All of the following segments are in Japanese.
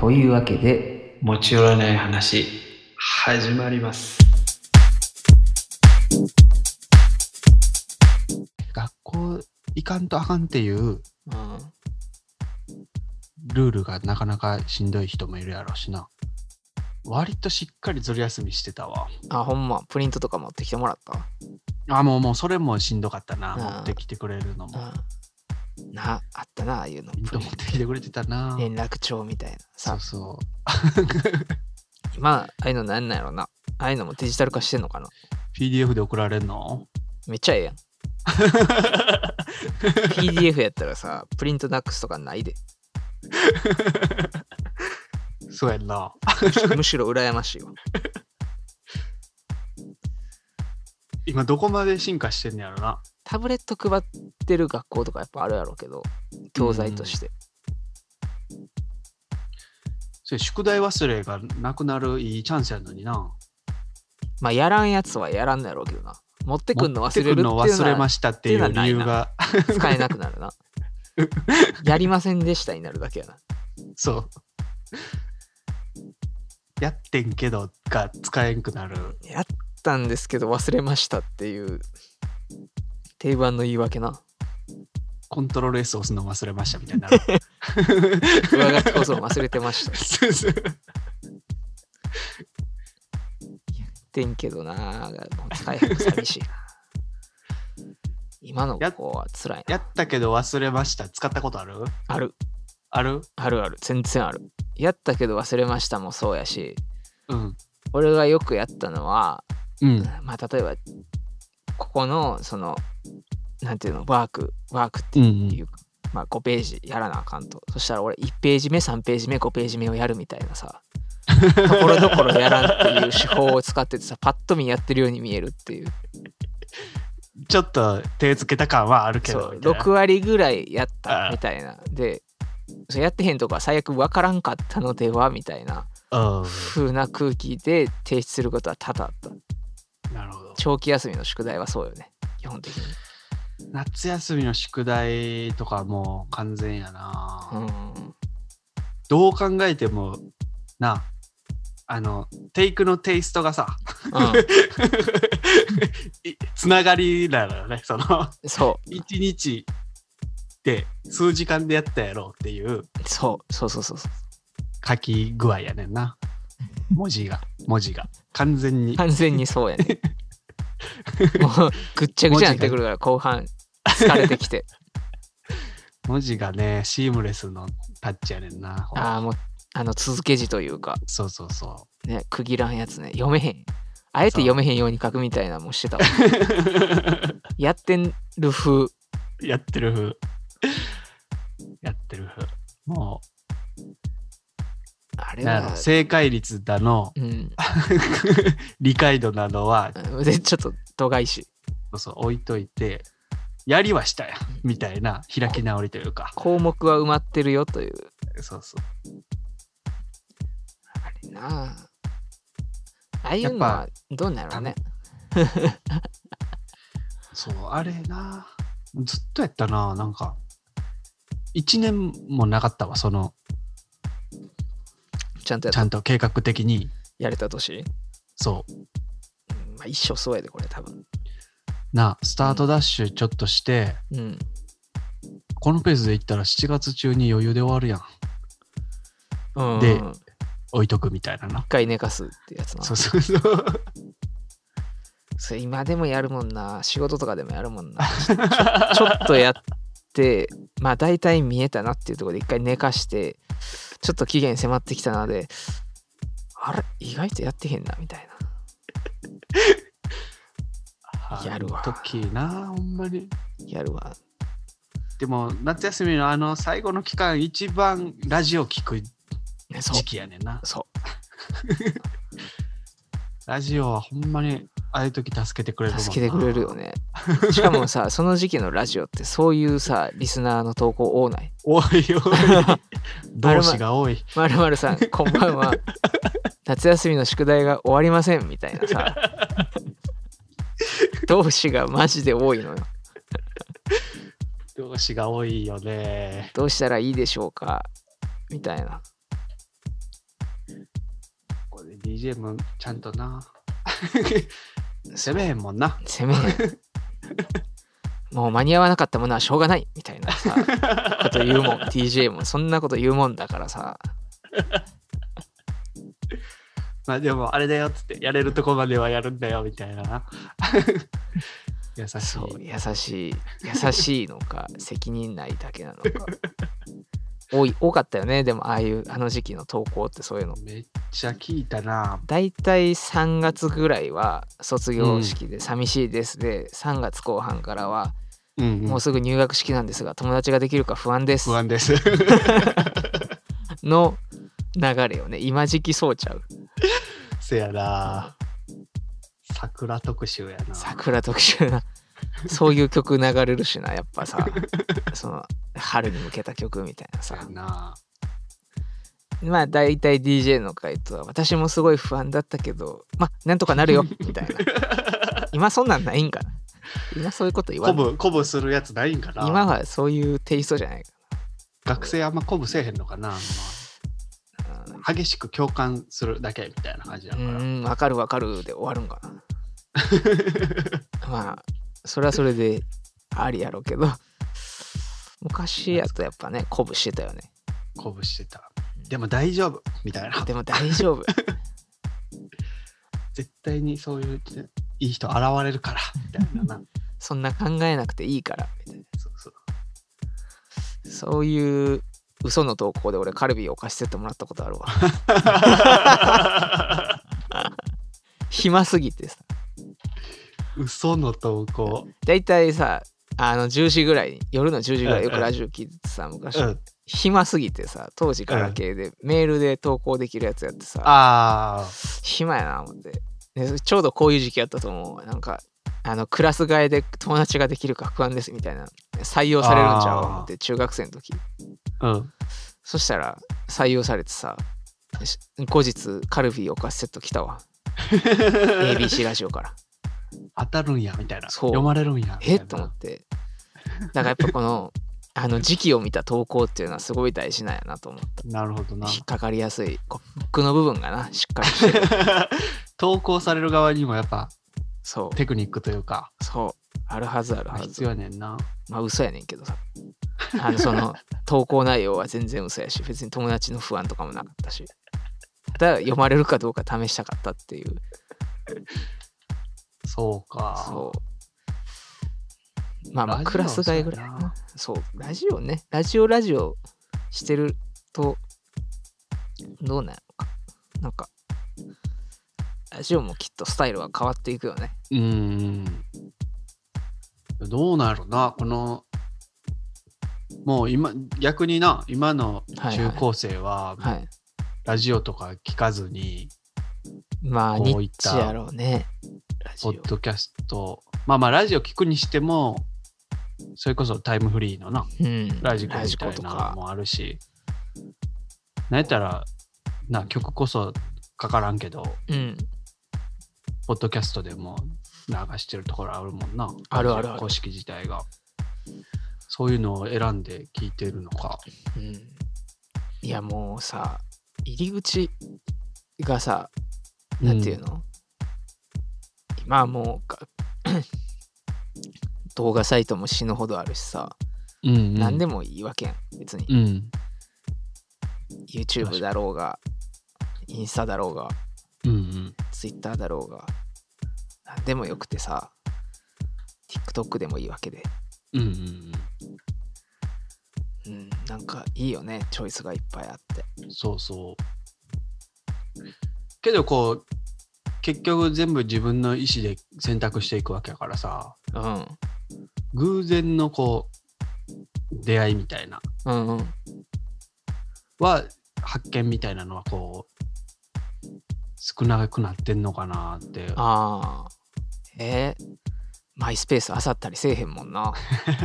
というわけで持ち寄らない話始まります。 学校行かんとあかんっていうルールがなかなかしんどい人もいるやろうしな。割としっかりずる休みしてたわ。 あ、ほんまプリントとか持ってきてもらった。 あ、もうそれもしんどかったな。持ってきてくれるのもあったな、ああいうの。 プリント持ってきてくれてたな。 連絡帳みたいなさ。 そう今ああいうのなんなんやろな。ああいうのもデジタル化してんのかな。 PDF で送られんのめっちゃええやん。PDF やったらさ、プリントなくすとかないで。 そうやんな。 むしろ羨ましいわ。 今どこまで進化してんねやろな。 タブレット配ってる学校とかやっぱあるやろうけど、教材として。 それ宿題忘れがなくなるいいチャンスやのにな。 まあやらんやつはやらんのやろうけどな。持ってくんの忘れるっていうのは忘れましたっていう理由が使えなくなるな。やりませんでしたになるだけやな。 そう。やってんけどが使えんくなる。 やったんですけど忘れましたっていう定番の言い訳な。 コントロール S 押すの忘れましたみたいな。 上書きこそ忘れてました。やってんけどな、もう使えへんの寂しいな。今の子は辛いな。 やったけど忘れました。使ったことある？ ある。 ある？ あるある。全然ある。やったけど忘れましたもそうやし、 うん。 俺がよくやったのは、 うん。 まあ例えばここのそのなんていうのワークっていうか、まあ5ページやらなあかんと。そしたら俺1ページ目3ページ目5ページ目をやるみたいなさ、ところどころやらんっていう手法を使っててさ、パッと見やってるように見えるっていう。 ちょっと手つけた感はあるけど、 そう6割ぐらいやったみたいな。でやってへんとこは最悪分からんかったのではみたいな風な空気で提出することは多々あった。 なるほど。 長期休みの宿題はそうよね、基本的に。 夏休みの宿題とかもう完全やな、どう考えてもな、テイクのテイストがさ、つながりなのよね。そう1日で数時間でやったやろうっていうそう書き具合やねんな。文字が完全にそうやね。もうぐっちゃぐちゃになってくるから後半疲れてきて。 文字がねシームレスのタッチやねんな。 もう続け字というか、 そうね、区切らんやつね。読めへん、あえて読めへんように書くみたいなのもしてたわ。やってる風もうあれは正解率だの、理解度などはちょっと度外視置いといて、やりはしたやみたいな開き直りというか、 項目は埋まってるよという。あれなあ、ああいうのはどうなるね。 あれな、ずっとやったな。なんか1年もなかったわ、ちゃんと計画的にやれた年。 そう一生そうやでこれ多分な。スタートダッシュちょっとして、このペースでいったら7月中に余裕で終わるやん、で置いとくみたいなな。 一回寝かすってやつな。それ今でもやるもんな。仕事とかでもやるもんな。ちょっとやってまあ大体見えたなっていうところで一回寝かして、ちょっと期限迫ってきたので、あれ意外とやってへんなみたいな。やるわ。 時な、ほんまにやるわ。 でも夏休みの最後の期間一番ラジオ聞く時期やねんな。ラジオはほんまにああいう時助けてくれるもんな。 助けてくれるよね。しかもさ、その時期のラジオってそういうさリスナーの投稿多ない？ 多い同志が多い。 まるまるさんこんばんは。夏休みの宿題が終わりませんみたいなさ。同志がマジで多いのよ。 同志が多いよね。 どうしたらいいでしょうかみたいな。 DJ もちゃんとな攻めへんもんな。 攻めへんもう間に合わなかったものはしょうがないみたいなさこと言うもん。DJ もそんなこと言うもんだからさまあでもあれだよっつってやれるとこまではやるんだよみたいな優しい。 そう優しいのか責任ないだけなのか多かったよね。でもあの時期の投稿ってそういうのめっちゃ聞いたな。 だいたい3月ぐらいは卒業式で寂しいですで、3月後半からはもうすぐ入学式なんですが友達ができるか不安ですの流れよね。今時期そうちゃう。 せやな。桜特集やな。 桜特集なそういう曲流れるしな。やっぱさその春に向けた曲みたいなさ。まあ大体 DJ の回答は私もすごい不安だったけどまあなんとかなるよみたいな今そんなんないんかな。今そういうこと言わない。 鼓舞するやつないんかな。 今はそういうテイストじゃないかな。学生あんま鼓舞せえへんのかな。激しく共感するだけみたいな感じだから。 わかるわかるで終わるんかなまあそれはそれでありやろうけど昔やとやっぱね鼓舞してたよね。 鼓舞してた。でも大丈夫みたいな。 でも大丈夫絶対にそういういい人現れるからみたいななそんな考えなくていいからみたいな。そういう嘘の投稿で俺カルビーを貸してってもらったことあるわ暇すぎてさ。 嘘の投稿だいたいさ10時ぐらい夜の10時ぐらいよくラジオ聞いててさ昔、暇すぎてさ当時ガラケーでメールで投稿できるやつやってさ、暇やな思ってでちょうどこういう時期やったと思う。なんかクラス替えで友達ができるか不安ですみたいな採用されるんちゃう思って中学生の時、そしたら採用されてさ後日カルビーお菓子セット来たわABC ラジオから当たるんやみたいな。読まれるんやと思って。だからやっぱこの時期を見た投稿っていうのはすごい大事なんやなと思った。 なるほどな。 引っかかりやすいフックの部分がなしっかりしてる投稿される側にもやっぱそうテクニックというかそうあるはずあるはず。 必要やねんな。 まあ嘘やねんけどさその投稿内容は全然嘘やし別に友達の不安とかもなかったし、ただ読まれるかどうか試したかったっていう。 そうか。 そうまあクラス替えぐらいな。そうラジオしてるとどうなのか。なんかラジオもきっとスタイルは変わっていくよね。 どうなるなこのもう逆に今の中高生は、ラジオとか聞かずにまあニッチやろうね。 ポッドキャストまあラジオ聞くにしてもそれこそタイムフリーのな、ラジコみたいなのもあるし、なんやったら曲こそかからんけど、ポッドキャストでも流してるところあるもんな。 あるあるある。 公式自体がそういうのを選んで聞いてるのか。 いやもうさ入り口がさなんていうの、今はもう動画サイトも死ぬほどあるしさ、何でもいいわけやん別に、YouTube だろうがインスタだろうが、Twitter だろうが何でもよくてさ TikTok でもいいわけで、なんかいいよねチョイスがいっぱいあって。 そうけど結局全部自分の意思で選択していくわけやからさ、偶然の出会いみたいな、は発見みたいなのは少なくなってんのかなって。 マイスペース漁ったりせえへんもんな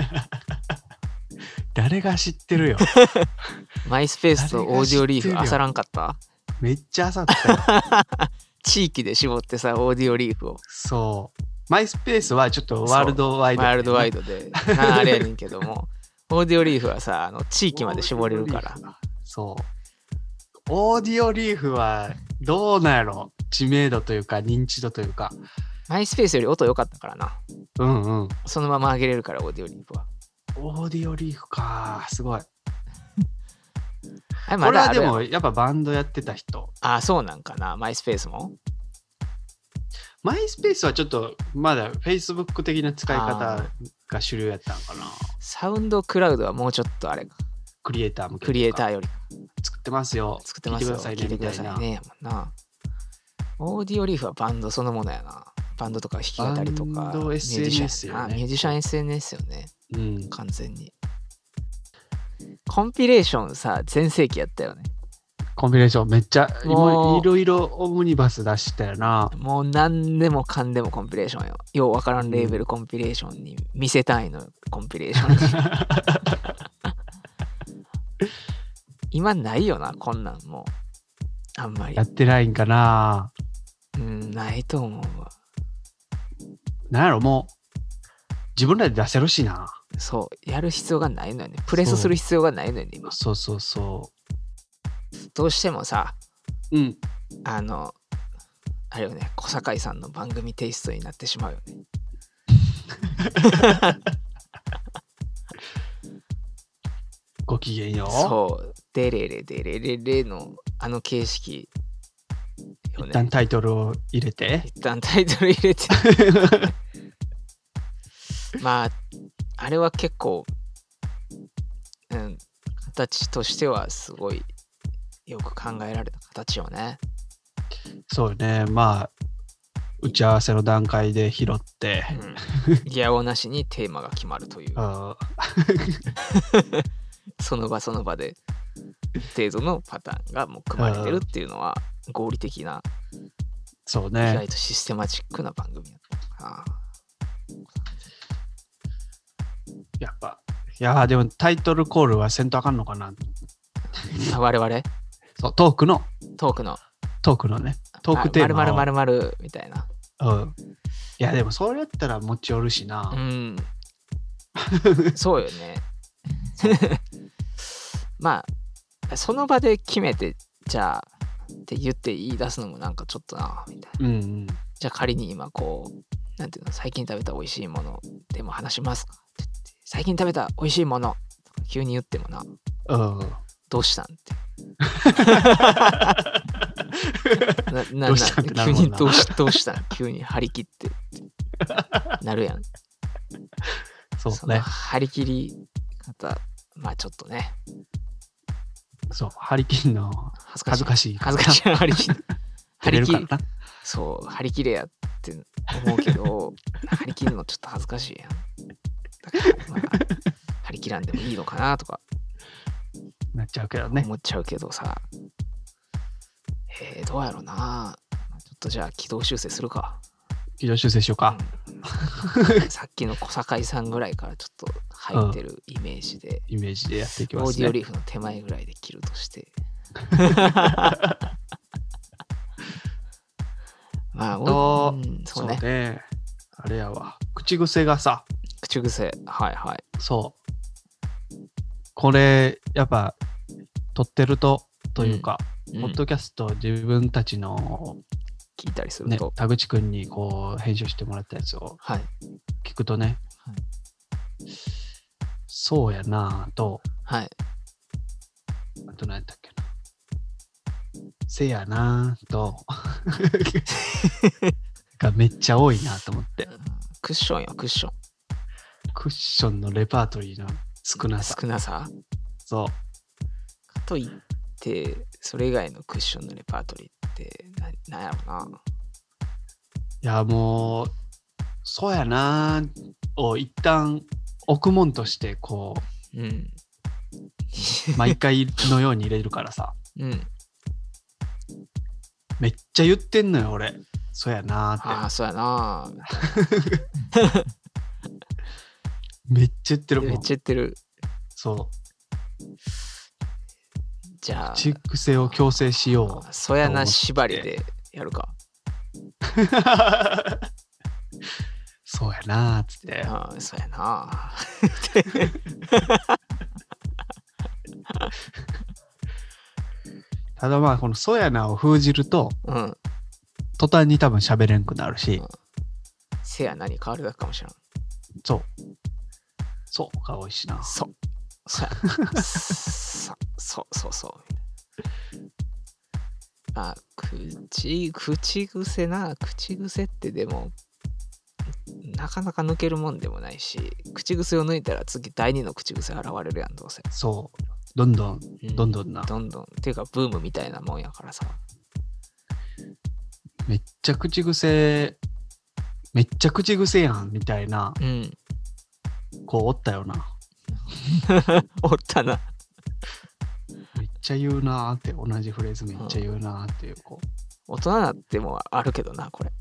誰が知ってるよマイスペースとオーディオリーフ漁らんかった？ めっちゃ漁ったよ地域で絞ってさオーディオリーフを。 そうマイスペースはちょっとワールドワイド、 ワールドワイドであれやねんけどもオーディオリーフはさ地域まで絞れるから。 そうオーディオリーフはどうなんやろ知名度というか認知度というか。 マイスペースより音良かったからな。 うんうん。 そのまま上げれるから、オーディオリーフは。 オーディオリーフか、すごい。 これはでもやっぱバンドやってた人。 あ、そうなんかな、マイスペースも。 マイスペースはちょっとまだ Facebook 的な使い方が主流やったのかな。 サウンドクラウドはもうちょっとあれか。 クリエイター向け。 クリエイターより作ってますよ。 作ってますよ。聞いてくださいね。やもんな。オーディオリーフはバンドそのものやな。バンドとか弾き語りとか。 バンド SNS よね。 ミュージシャン SNS よね。 うん。 完全に。コンピレーションさ、全盛期やったよね。 コンピレーションめっちゃいろいろオムニバス出したよな。 もう何でもかんでもコンピレーションよ。ようわからんレーベルコンピレーションに見せたいのよ、コンピレーションに。今ないよな、こんなんもう。あんまり。 やってないんかな。 うん、ないと思うわ。 なんやろ、もう自分らで出せるしな。 そう、やる必要がないのよね。プレスする必要がないのよね、今。 そうそうそう。 どうしてもさ、 うん。 あれよね、小堺さんの番組テイストになってしまうよね。 ごきげんよう。 そう、デレレデレレレのあの形式よね。 一旦タイトルを入れて。 一旦タイトル入れて。まあ、あれは結構、うん、形としてはすごいよく考えられた形よね。 そうね、まあ打ち合わせの段階で拾って、 ギアをなしにテーマが決まるというその場その場で程度のパターンがもう組まれてるっていうのは合理的な、 そうね、 意外とシステマチックな番組やったかな。 やっぱいやでもタイトルコールはせんとあかんのかな。 我々 そうトークのね、トークテーマを 〇〇〇みたいな。 うん。いやでもそれやったら持ち寄るしな。 うん。そうよね。まあその場で決めてじゃあって言って言い出すのもなんかちょっとなみたいな。 うんうん。 じゃあ仮に今こうなんていうの、最近食べた美味しいものでも話しますかって言って、最近食べた美味しいものとか急に言ってもな、どうしたんって。 どうしたんってなるもんな。 急にどうしたん急に張り切ってなるやん。 そうね。 張り切り方、まあちょっとね。 そう、張り切んの恥ずかしい。 張り切る。張り切る。そう、張り切れやって思うけど、張り切るのちょっと恥ずかしいやん。だから、まあ、張り切らんでもいいのかなとかなっちゃうけどね。 思っちゃうけどさ。どうやろうな。ちょっとじゃあ軌道修正するか。 軌道修正しようか。 さっきの小堺さんぐらいからちょっと入ってるイメージで。 イメージでやっていきますね。 オーディオリーフの手前ぐらいで切るとして。まあ、そうね。 あれやわ。口癖がさ。 口癖。はいはい。 そう。これ、やっぱ、撮ってるというか、ポッドキャスト自分たちの、 聞いたりすると。 田口くんにこう、編集してもらったやつを聞くとね、はい、そうやなぁと、 はい。 あと何やったっけな。せやなぁと、がめっちゃ多いなと思って。 クッションよ、クッション。 クッションのレパートリーの少なさ。そう。 かといって、それ以外のクッションのレパートリーってなんやろな。 いや、もう、そうやなぁを一旦置くもんとして、こう、毎回のように入れるからさ。めっちゃ言ってんのよ、俺。そうやなーって。 ああ、そうやなー。めっちゃ言ってるもん。 めっちゃ言ってる。 そう。 じゃあ。 口癖を強制しよう。 そうやな縛りでやるか。 そうやなーっつって。 ああ、そうやなただまあこのそうやなを封じると、 途端に多分喋れんくなるし、 せや何変わるだけかもしれん。 そうが多いしな。 そうあ、口癖ってでもなかなか抜けるもんでもないし、口癖を抜いたら次第2の口癖現れるやん、どうせ。 そうどんどんな、 どんどんっていうかブームみたいなもんやからさ。 めっちゃ口癖やんみたいな、こうおったよな。 おったな。 めっちゃ言うなーって、同じフレーズめっちゃ言うなーっていう、こう大人になってもあるけどな、これ。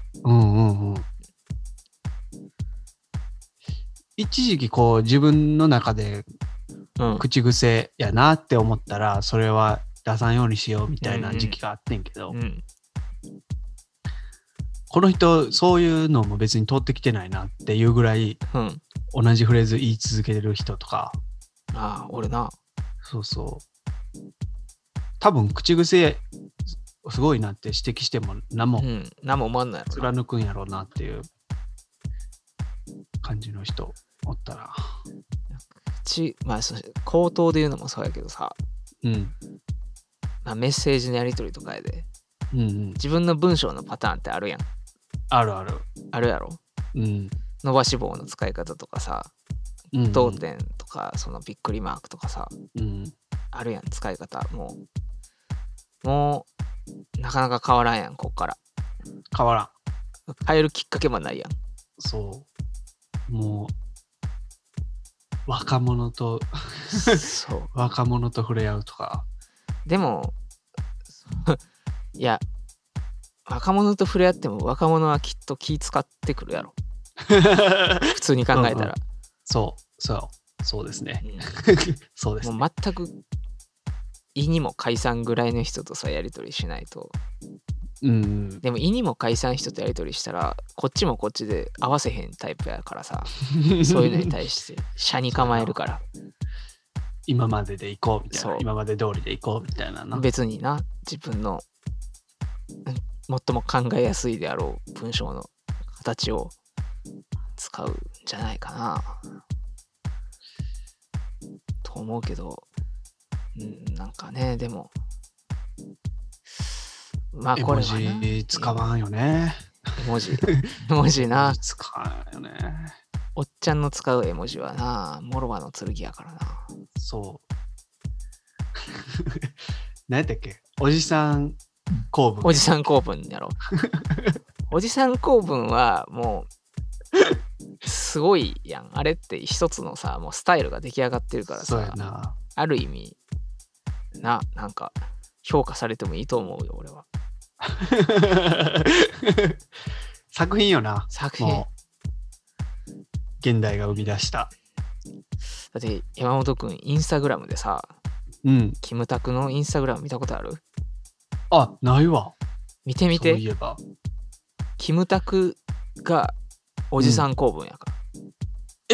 一時期こう自分の中で口癖やなって思ったら、それは出さんようにしようみたいな時期があってんけど、この人そういうのも別に通ってきてないなっていうぐらい、同じフレーズ言い続けてる人とか。 ああ、俺な。 多分口癖すごいなって指摘しても何も思わんないやろな。 貫くんやろうなっていう感じの人おったら。 まあ口頭で言うのもそうやけどさ、まあ、メッセージのやり取りとかやで、自分の文章のパターンってあるやん。あるやろ。伸ばし棒の使い方とかさ、当点とかそのびっくりマークとかさ、あるやん、使い方。もうなかなか変わらんやん、こっから変わらん。 変えるきっかけもないやん。 もう若者と触れ合うとか。 でもいや、若者と触れ合っても若者はきっと気使ってくるやろ。普通に考えたら。 そうですね。そうですね。 もう全く意にも介さんぐらいの人とさやり取りしないと。でも意にも介さん人とやり取りしたらこっちもこっちで合わせへんタイプやからさ、そういうのに対して車に構えるから。 今までで行こうみたいな、今まで通りで行こうみたいな。 別にな、自分の最も考えやすいであろう文章の形を使うんじゃないかなと思うけど、なんかね、でもまあこれはな、 絵文字使わんよね。 絵文字な。 使わんよね。 おっちゃんの使う絵文字はな、モロバの剣やからな。 何やったっけ、おじさん公文。 おじさん公文やろ。おじさん公文はもうすごいやん。あれって一つのさ、もうスタイルが出来上がってるからさ、ある意味なんか評価されてもいいと思うよ、俺は。 作品よな。 作品。 現代が生み出した。 だって山本くんインスタグラムでさ、キムタクのインスタグラム見たことある？ あ、ないわ。 見てみて。 そういえばキムタクがおじさん公文やから。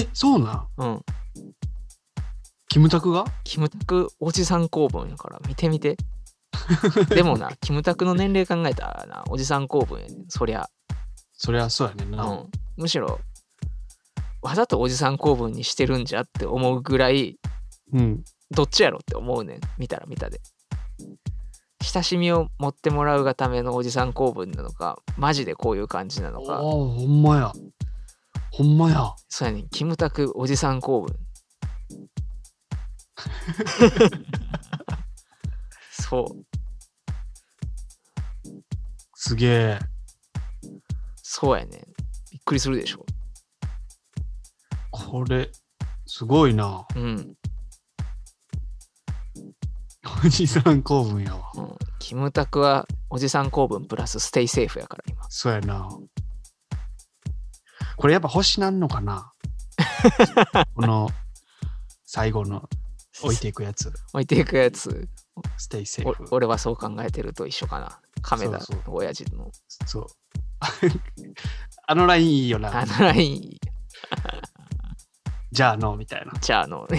そうなん？キムタクおじさん公文やから見てみて。でもな、キムタクの年齢考えたらな、おじさん公文やねん。そりゃそうやねんな。 むしろわざとおじさん公文にしてるんじゃって思うぐらい、どっちやろって思うねん。見たら見たで。親しみを持ってもらうがためのおじさん公文なのか、マジでこういう感じなのか。 ほんまや。 そうやねん、キムタクおじさん公文。そう。 すげえ。 そうやねん。びっくりするでしょ。 これすごいな。おじさん公文やわ。 キムタクはおじさん公文プラスステイセーフやから今。 そうやな。これやっぱ星なんのかな。この最後の置いていくやつ。 ステイセーフ。俺はそう考えてると一緒かな。亀田の親父の。 そう。あのラインいいよな。 あのラインいい。 じゃあのみたいな。 じゃあの。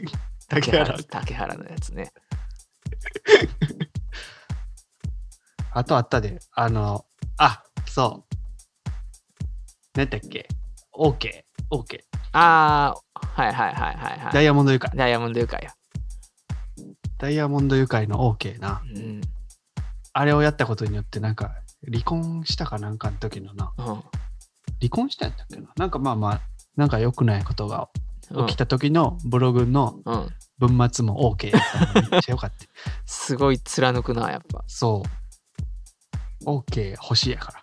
竹原のやつね。 あとあったで。そう。何だっけ ?OK。 ああ、はいはいはいはい、はい。 ダイヤモンド愉快。 ダイヤモンド愉快や。 ダイヤモンド愉快の OK な。うん。あれをやったことによってなんか離婚したかなんかの時のな。うん。離婚したんだっけな。なんかまあまあ、なんか良くないことが起きた時のブログの文末も OK やったのめっちゃ良かった。 すごい貫くな、やっぱ。 そう。OK 欲しいやから。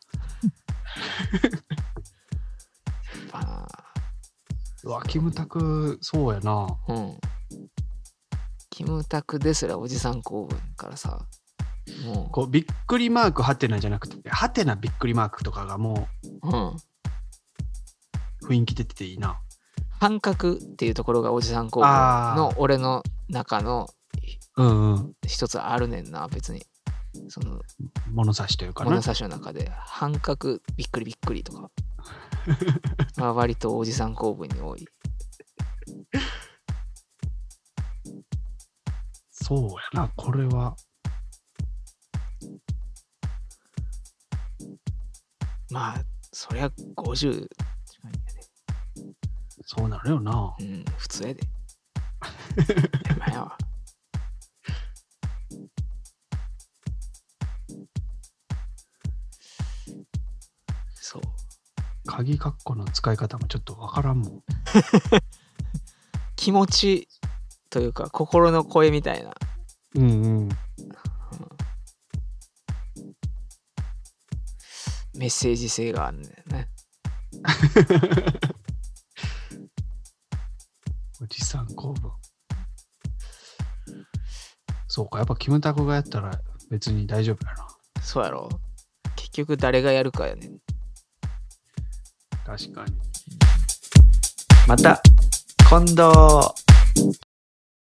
うわ、キムタク、そうやな。うん。 キムタクですらおじさん公文からさ、 もう。こう、びっくりマーク、ハテナじゃなくて、ハテナびっくりマークとかがもう、雰囲気出てていいな。 半角っていうところがおじさん公文の俺の中の一つあるねんな、別に。その物差しというかな。 物差しの中で、半角びっくりびっくりとか。は割とおじさん公文に多い。 そうやな、これは。 まあ、そりゃ50近いんやで。 そうなるよな。 うん、普通やで。やばいわ。そう。 鍵括弧の使い方もちょっとわからんもん。 気持ちというか心の声みたいな。メッセージ性があるんだよね。 おじさん公文。そうか、やっぱキムタクがやったら別に大丈夫やな。 そうやろ。結局誰がやるかやね。 確かに。 また今度。